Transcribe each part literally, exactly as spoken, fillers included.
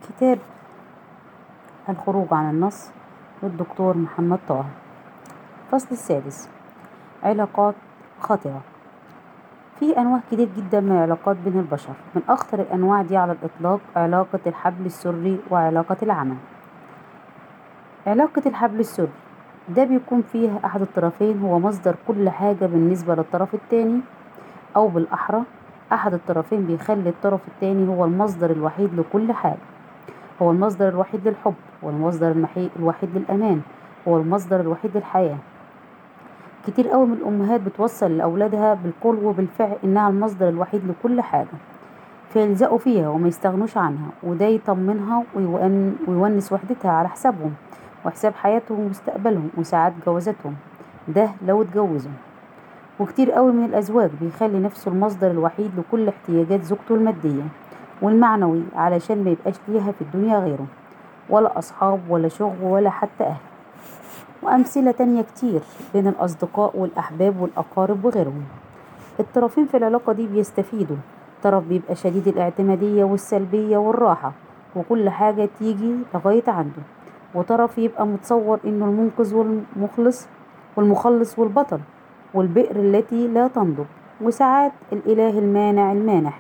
كتاب الخروج عن النص للدكتور محمد طه. الفصل السادس: علاقات خطرة. في أنواع كتير جدا من العلاقات بين البشر. من أخطر الأنواع دي على الإطلاق علاقة الحبل السري وعلاقة العمل. علاقة الحبل السري ده بيكون فيها أحد الطرفين هو مصدر كل حاجة بالنسبة للطرف التاني، أو بالأحرى أحد الطرفين بيخلي الطرف التاني هو المصدر الوحيد لكل حاجة، هو المصدر الوحيد للحب، هو المصدر الوحيد للأمان، هو المصدر الوحيد للحياة. كتير قوي من الأمهات بتوصل لأولادها بالقول وبالفعل إنها المصدر الوحيد لكل حاجة، فيلزقوا فيها وما يستغنوش عنها، وده يطمنها ويونس وحدتها على حسابهم وحساب حياتهم ومستقبلهم وساعات جوازاتهم، ده لو اتجوزوا. وكتير قوي من الأزواج بيخلي نفسه المصدر الوحيد لكل احتياجات زوجته المادية والمعنوي علشان ما يبقاش ليها في الدنيا غيره، ولا أصحاب ولا شغل ولا حتى أهل. وأمثلة تانية كتير بين الأصدقاء والأحباب والأقارب وغيرهم. الطرفين في العلاقة دي بيستفيدوا، طرف بيبقى شديد الاعتمادية والسلبية والراحة وكل حاجة تيجي لغاية عنده، وطرف يبقى متصور إنه المنقذ والمخلص والمخلص والبطل والبئر التي لا تنضب، وساعات الإله المانع المانح،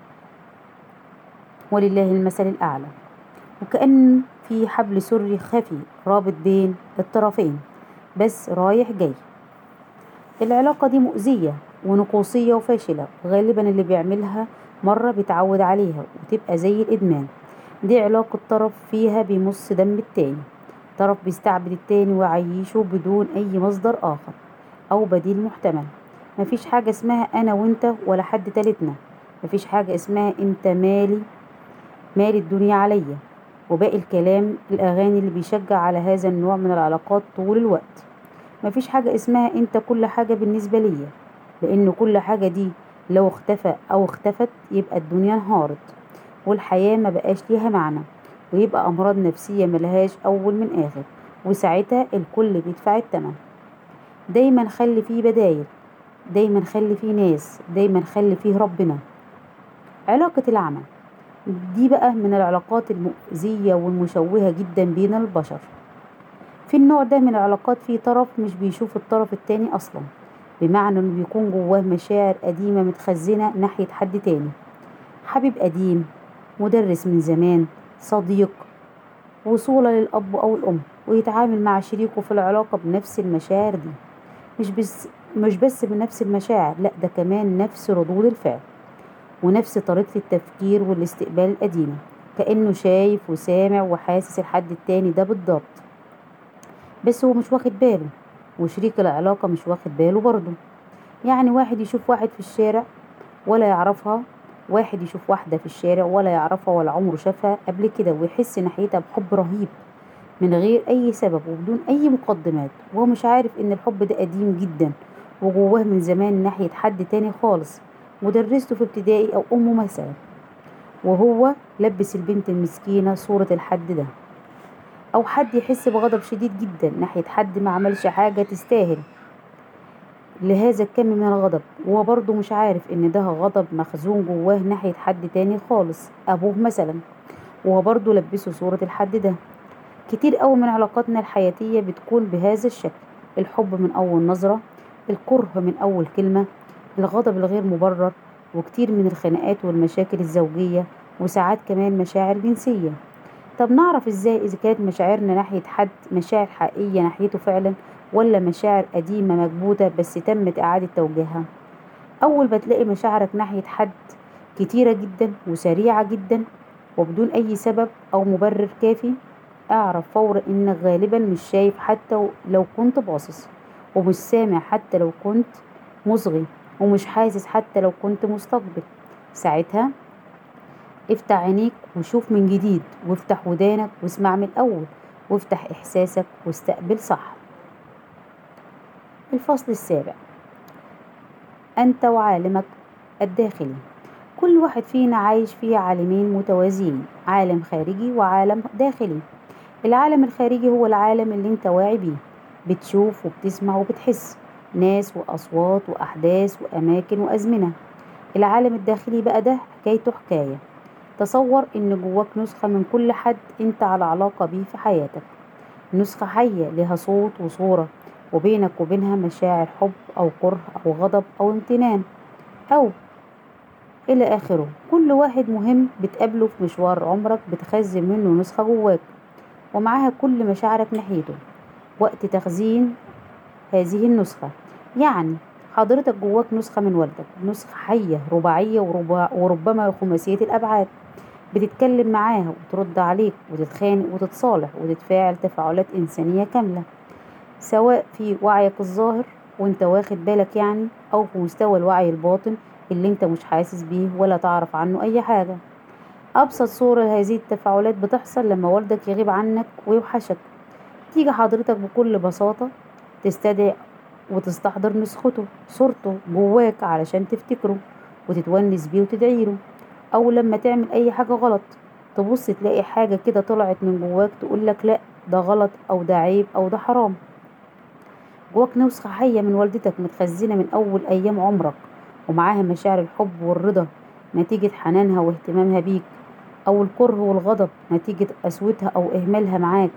ولله المثل الأعلى. وكأن في حبل سري خفي رابط بين الطرفين بس رايح جاي. العلاقة دي مؤذية ونقوصية وفاشلة، غالبا اللي بيعملها مرة بيتعود عليها وتبقى زي الإدمان. دي علاقة طرف فيها بيمص دم التاني، طرف بيستعبد التاني ويعيشه بدون أي مصدر آخر أو بديل محتمل. مفيش حاجة اسمها أنا وإنت ولا حد تالتنا، مفيش حاجة اسمها إنت مالي مالي الدنيا عليا، وباقي الكلام الأغاني اللي بيشجع على هذا النوع من العلاقات طول الوقت. مفيش حاجة اسمها انت كل حاجة بالنسبة ليا، لأن كل حاجة دي لو اختفى أو اختفت يبقى الدنيا انهارت والحياة ما بقاش ليها معنى، ويبقى أمراض نفسية ملهاش أول من آخر، وساعتها الكل بيدفع الثمن. دايما خلي فيه بدايل، دايما خلي فيه ناس، دايما خلي فيه ربنا. علاقة العمل دي بقى من العلاقات المؤذية والمشوهة جدا بين البشر. في النوع ده من العلاقات في طرف مش بيشوف الطرف التاني أصلا، بمعنى انه بيكون جواه مشاعر قديمة متخزنة ناحية حد تاني، حبيب قديم، مدرس من زمان، صديق، وصولة للأب أو الأم، ويتعامل مع شريكه في العلاقة بنفس المشاعر دي. مش بس مش بس بنفس المشاعر، لا ده كمان نفس ردود الفعل ونفس طريقة التفكير والاستقبال القديمة، كأنه شايف وسامع وحاسس الحد التاني ده بالضبط، بس هو مش واخد باله، وشريك العلاقة مش واخد باله برضه. يعني واحد يشوف واحد في الشارع ولا يعرفها، واحد يشوف واحدة في الشارع ولا يعرفها ولا عمره شافها قبل كده، ويحس ناحيتها بحب رهيب من غير أي سبب وبدون أي مقدمات، وهو مش عارف إن الحب ده قديم جدا وجواه من زمان ناحية حد تاني خالص، مدرسته في ابتدائي أو أمه مثلا، وهو لبس البنت المسكينة صورة الحد ده. أو حد يحس بغضب شديد جدا ناحية حد ما عملش حاجة تستاهل لهذا الكم من الغضب، وهو برضه مش عارف ان ده غضب مخزون جواه ناحية حد تاني خالص، أبوه مثلا، وهو برضه لبسه صورة الحد ده. كتير قوي من علاقاتنا الحياتية بتكون بهذا الشكل: الحب من أول نظرة، الكره من أول كلمة، الغضب الغير مبرر، وكتير من الخناقات والمشاكل الزوجية، وساعات كمان مشاعر جنسية. طب نعرف ازاي اذا كانت مشاعرنا ناحية حد مشاعر حقيقية ناحيته فعلا، ولا مشاعر قديمة مكبوتة بس تمت اعادة توجيهها؟ اول ما تلاقي مشاعرك ناحية حد كتيرة جدا وسريعة جدا وبدون اي سبب او مبرر كافي، اعرف فورا انك غالبا مش شايف حتى لو كنت باصص، ومش سامع حتى لو كنت مصغي، ومش حاسس حتى لو كنت مستقبل. ساعتها افتح عينيك وشوف من جديد، وافتح ودانك واسمع من الأول، وافتح إحساسك واستقبل صح. الفصل السابع: أنت وعالمك الداخلي. كل واحد فينا عايش فيه عالمين متوازيين، عالم خارجي وعالم داخلي. العالم الخارجي هو العالم اللي انت واعي بيه، بتشوف وبتسمع وبتحس ناس وأصوات وأحداث وأماكن وأزمنة. العالم الداخلي بقى ده حكايته حكاية، تصور إن جواك نسخة من كل حد أنت على علاقة بيه في حياتك، نسخة حية لها صوت وصورة، وبينك وبينها مشاعر حب أو كره أو غضب أو امتنان أو إلى آخره. كل واحد مهم بتقابله في مشوار عمرك بتخزن منه نسخة جواك، ومعاها كل مشاعرك ناحيته. وقت تخزين هذه النسخة، يعني حضرتك جواك نسخة من والدك، نسخة حية رباعية وربع وربما خماسية الأبعاد، بتتكلم معاها وترد عليك وتتخانق وتتصالح وتتفاعل تفاعلات إنسانية كاملة، سواء في وعيك الظاهر وانت واخد بالك يعني، أو في مستوى الوعي الباطن اللي انت مش حاسس بيه ولا تعرف عنه أي حاجة. أبسط صورة لهذه التفاعلات بتحصل لما والدك يغيب عنك ويوحشك، تيجي حضرتك بكل بساطة تستدعي وتستحضر نسخته صورته جواك علشان تفتكره وتتونس بيه وتدعيله. أو لما تعمل أي حاجة غلط تبص تلاقي حاجة كده طلعت من جواك تقولك لأ ده غلط أو ده عيب أو ده حرام. جواك نسخة حية من والدتك متخزنة من أول أيام عمرك، ومعاها مشاعر الحب والرضا نتيجة حنانها واهتمامها بيك، أو الكره والغضب نتيجة قسوتها أو إهمالها معاك.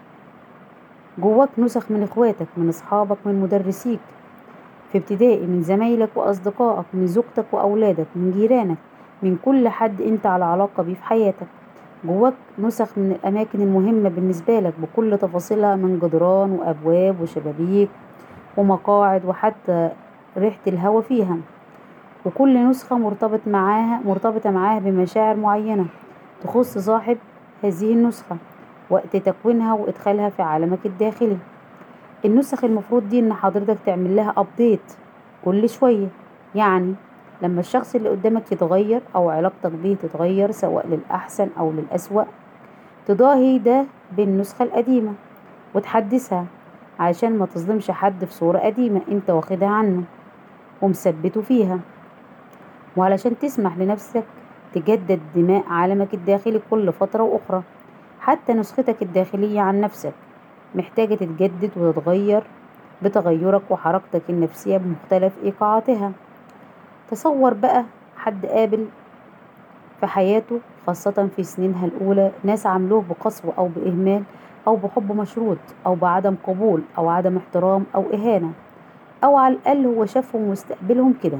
جواك نسخ من إخواتك، من أصحابك، من مدرسيك في ابتدائي، من زمايلك وأصدقائك، من زوجتك وأولادك، من جيرانك، من كل حد أنت على علاقة بيه في حياتك. جواك نسخ من الأماكن المهمة بالنسبة لك بكل تفاصيلها، من جدران وأبواب وشبابيك ومقاعد وحتى ريحة الهوا فيها. وكل نسخة مرتبط معاها مرتبطة معاها بمشاعر معينة تخص صاحب هذه النسخة وقت تكوينها وإدخالها في عالمك الداخلي. النسخ المفروض دي إن حضرتك تعمل لها أبديت كل شوية، يعني لما الشخص اللي قدامك يتغير أو علاقتك بيه تتغير سواء للأحسن أو للأسوأ، تضاهي ده بالنسخة القديمة وتحدثها عشان ما تظلمش حد في صورة قديمة انت واخدها عنه ومثبته فيها، وعلشان تسمح لنفسك تجدد دماء عالمك الداخلي كل فترة وأخرى. حتى نسختك الداخلية عن نفسك محتاجة تتجدد وتتغير بتغيرك وحركتك النفسية بمختلف إيقاعاتها. تصور بقى حد قابل في حياته خاصة في سنينها الأولى ناس عاملوه بقسوة أو بإهمال أو بحب مشروط أو بعدم قبول أو عدم احترام أو إهانة، أو على الأقل هو شافهم واستقبلهم كده.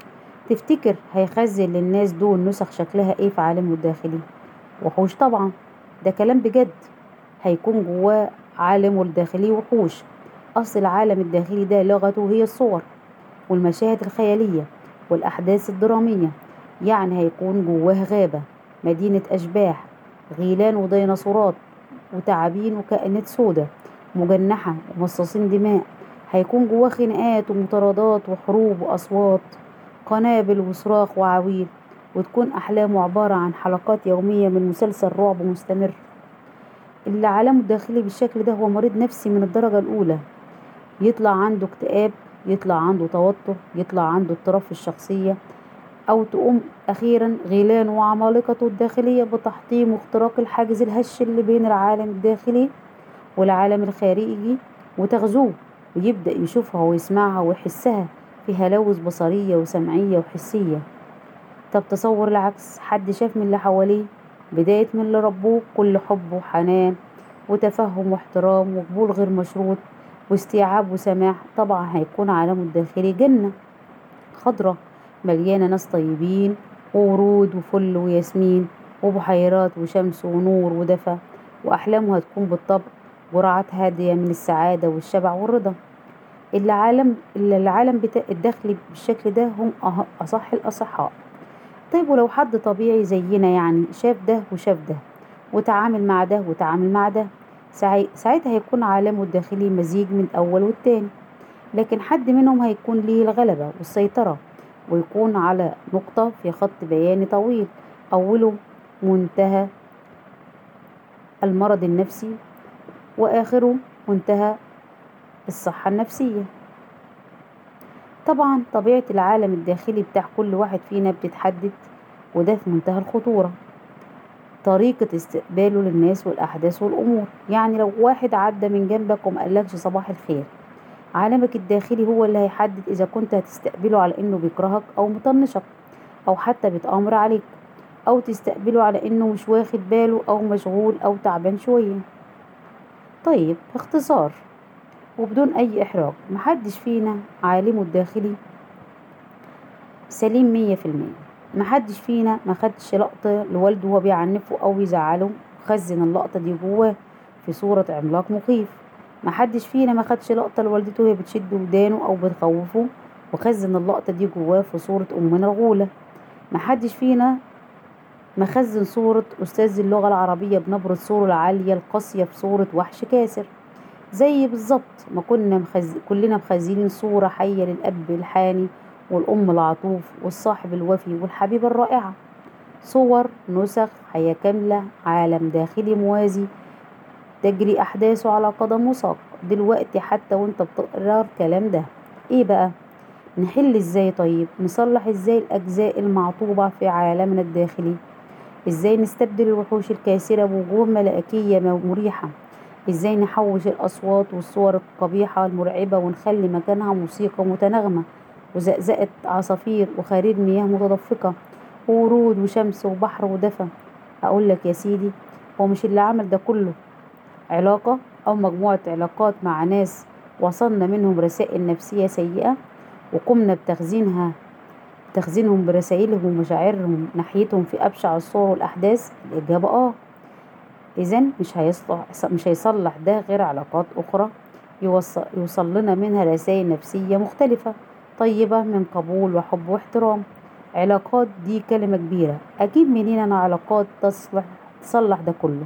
تفتكر هيخزن للناس دول نسخ شكلها إيه في عالمه الداخلي؟ وحوش طبعا، ده كلام بجد. هيكون جواه عالمه الداخلي وحوش. أصل العالم الداخلي ده لغته هي الصور والمشاهد الخيالية والأحداث الدرامية، يعني هيكون جواه غابة، مدينة أشباح، غيلان وديناصورات وتعابين وكائنات سودة مجنحة ومصاصين دماء. هيكون جواه خناقات ومطاردات وحروب وأصوات قنابل وصراخ وعويل، وتكون أحلامه عبارة عن حلقات يومية من مسلسل رعب مستمر. اللي عالمه الداخلي بالشكل ده هو مريض نفسي من الدرجة الأولى، يطلع عنده اكتئاب، يطلع عنده توتر، يطلع عنده اضطراب في الشخصية، أو تقوم أخيرا غيلانه وعمالقته الداخلية بتحطيم واختراق الحاجز الهش اللي بين العالم الداخلي والعالم الخارجي وتغزوه، ويبدأ يشوفها ويسمعها ويحسها في هلاوس بصرية وسمعية وحسية. طب تصور العكس، حد شاف من اللي حواليه بداية من اللي ربوه كل حب وحنان وتفهم واحترام وقبول غير مشروط واستيعاب وسماح، طبعا هيكون عالمه الداخلي جنة خضرة مليانة ناس طيبين وورود وفل وياسمين وبحيرات وشمس ونور ودفى، وأحلامه هتكون بالطبع جرعات هادية من السعادة والشبع والرضا. العالم اللي العالم بتا... الداخلي بالشكل ده هم أه- أصح الأصحاء. طيب ولو حد طبيعي زينا يعني شاف ده وشاف ده وتعامل مع ده وتعامل مع ده، ساعي- ساعتها هيكون عالمه الداخلي مزيج من الأول والتاني، لكن حد منهم هيكون ليه الغلبة والسيطرة ويكون على نقطة في خط بياني طويل، أوله منتهى المرض النفسي وآخره منتهى الصحة النفسية. طبعا طبيعة العالم الداخلي بتاع كل واحد فينا بتتحدد، وده في منتهى الخطورة، طريقة استقباله للناس والأحداث والأمور. يعني لو واحد عدى من جنبك ومقالكش صباح الخير، عالمك الداخلي هو اللي هيحدد إذا كنت هتستقبله على إنه بيكرهك أو مطنشك أو حتى بيتآمر عليك، أو تستقبله على إنه مش واخد باله أو مشغول أو تعبان شوية. طيب باختصار وبدون أي إحراج، محدش فينا عالمه الداخلي سليم مية في المية. محدش فينا ما خدش لقطة لوالده وهو بيعنفه أو يزعله، خزن اللقطة دي جواه في صورة عملاق مخيف. محدش فينا ما خدش لقطة لوالدته وهي بتشد ودانه أو بتخوفه، وخزن اللقطة دي جواه في صورة أمنا الغولة. محدش فينا مخزن صورة أستاذ اللغة العربية بنبرة صوره العالية القاسية في صورة وحش كاسر. زي بالظبط ما كنا مخز... كلنا مخزنين صورة حية للأب الحاني والأم العطوف والصاحب الوفي والحبيبة الرائعة. صور، نسخ، حياة كاملة، عالم داخلي موازي تجري أحداثه على قدم وساق دلوقتي حتى وانت بتقرا الكلام ده. ايه بقى؟ نحل ازاي؟ طيب نصلح ازاي الأجزاء المعطوبة في عالمنا الداخلي؟ ازاي نستبدل الوحوش الكاسرة بوجوه ملائكية مريحة؟ ازاي نحوش الأصوات والصور القبيحة المرعبة ونخلي مكانها موسيقى متناغمة وزقزقة عصافير وخرير مياه متدفقة وورود وشمس وبحر ودفى؟ أقول لك يا سيدي، هو مش اللي عمل ده كله علاقة أو مجموعة علاقات مع ناس وصلنا منهم رسائل نفسية سيئة وقمنا بتخزينها تخزينهم برسائلهم ومشاعرهم ناحيتهم في أبشع الصور والأحداث؟ الإجابة آه. إذن مش هيصلح مش هيصلح ده غير علاقات أخرى يوصل, يوصل لنا منها رسائل نفسية مختلفة طيبة من قبول وحب واحترام. علاقات دي كلمة كبيرة، أجيب منين أنا علاقات تصلح تصلح ده كله؟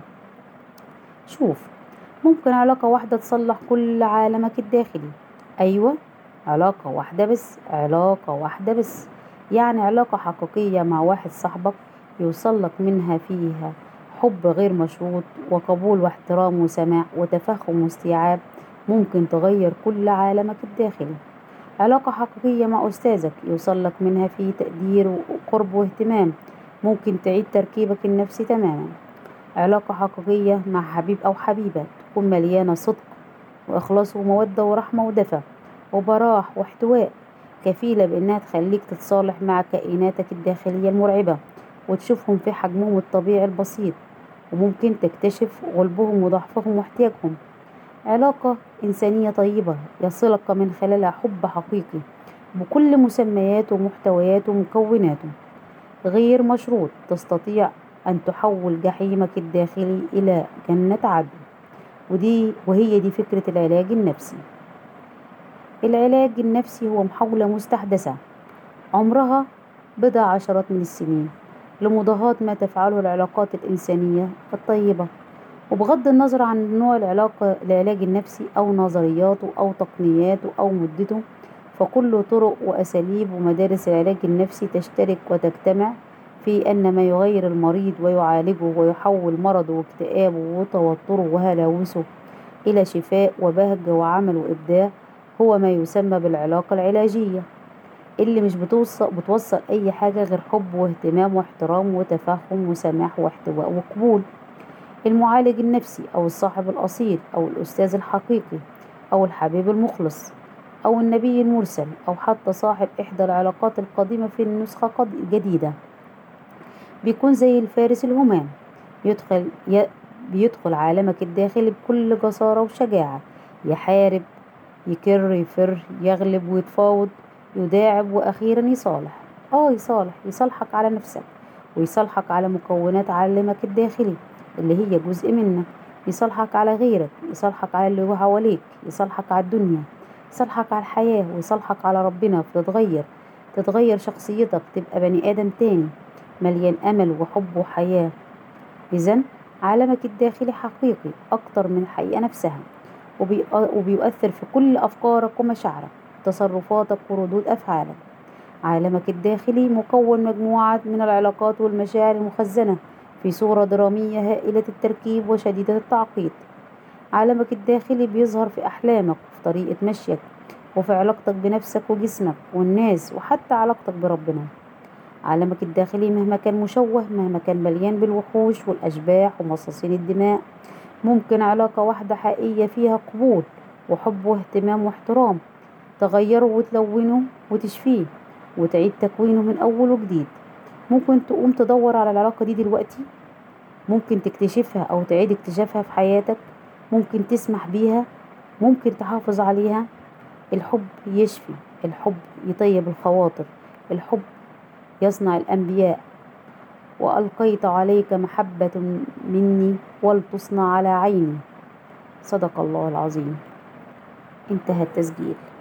شوف، ممكن علاقة واحدة تصلح كل عالمك الداخلي. أيوة، علاقة واحدة بس، علاقة واحدة بس. يعني علاقة حقيقية مع واحد صاحبك يوصلك منها فيها حب غير مشروط وقبول واحترام وسماع وتفهم واستيعاب، ممكن تغير كل عالمك الداخلي. علاقة حقيقية مع أستاذك يوصلك منها فيه تقدير وقرب واهتمام، ممكن تعيد تركيبك النفسي تماما. علاقة حقيقية مع حبيب أو حبيبة تكون مليانة صدق وإخلاص ومودة ورحمة ودفى وبراح واحتواء، كفيلة بأنها تخليك تتصالح مع كائناتك الداخلية المرعبة وتشوفهم في حجمهم الطبيعي البسيط، وممكن تكتشف غلبهم وضعفهم واحتياجهم. علاقة إنسانية طيبة يصلك من خلالها حب حقيقي بكل مسمياته ومحتوياته ومكوناته غير مشروط، تستطيع أن تحول جحيمك الداخلي إلى جنة عدن. ودي وهي دي فكرة العلاج النفسي. العلاج النفسي هو محاولة مستحدثة عمرها بضع عشرات من السنين لمضاهاة ما تفعله العلاقات الإنسانية الطيبة، وبغض النظر عن نوع العلاقة العلاج النفسي أو نظرياته أو تقنياته أو مدته، فكل طرق وأساليب ومدارس العلاج النفسي تشترك وتجتمع في أن ما يغير المريض ويعالجه ويحول مرضه واكتئابه وتوتره وهلاوسه إلى شفاء وبهجة وعمل وإبداع هو ما يسمى بالعلاقة العلاجية، اللي مش بتوصل, بتوصل أي حاجة غير حب واهتمام واحترام وتفهم وسماح واحتواء وقبول. المعالج النفسي أو الصاحب الأصيل أو الأستاذ الحقيقي أو الحبيب المخلص أو النبي المرسل أو حتى صاحب إحدى العلاقات القديمة في النسخة جديدة بيكون زي الفارس الهمام، يدخل ي... بيدخل عالمك الداخلي بكل جسارة وشجاعة، يحارب، يكر، يفر، يغلب ويتفاوض، يداعب وأخيرا يصالح. آه يصالح يصالحك على نفسك ويصالحك على مكونات عالمك الداخلي اللي هي جزء منك، يصالحك على غيرك، يصالحك على اللي حواليك، يصالحك على الدنيا، يصالحك على الحياة، ويصالحك على ربنا، فتتغير تتغير شخصيتك تبقى بني آدم تاني مليان أمل وحب وحياة. إذن عالمك الداخلي حقيقي أكتر من الحقيقة نفسها، وبيؤثر في كل أفكارك ومشاعرك، تصرفاتك وردود أفعالك. عالمك الداخلي مكون مجموعة من العلاقات والمشاعر المخزنة في صورة درامية هائلة التركيب وشديدة التعقيد. عالمك الداخلي بيظهر في أحلامك وفي طريقة مشيك وفي علاقتك بنفسك وجسمك والناس وحتى علاقتك بربنا. عالمك الداخلي مهما كان مشوه، مهما كان مليان بالوحوش والأشباح ومصاصين الدماء، ممكن علاقة واحدة حقيقية فيها قبول وحب واهتمام واحترام تغيره وتلونه وتشفيه وتعيد تكوينه من أول وجديد. ممكن تقوم تدور على العلاقة دي دلوقتي، ممكن تكتشفها أو تعيد اكتشافها في حياتك، ممكن تسمح بيها، ممكن تحافظ عليها. الحب يشفي، الحب يطيب الخواطر، الحب يصنع الأنبياء. وألقيت عليك محبة مني ولتصنع على عيني. صدق الله العظيم. انتهى التسجيل.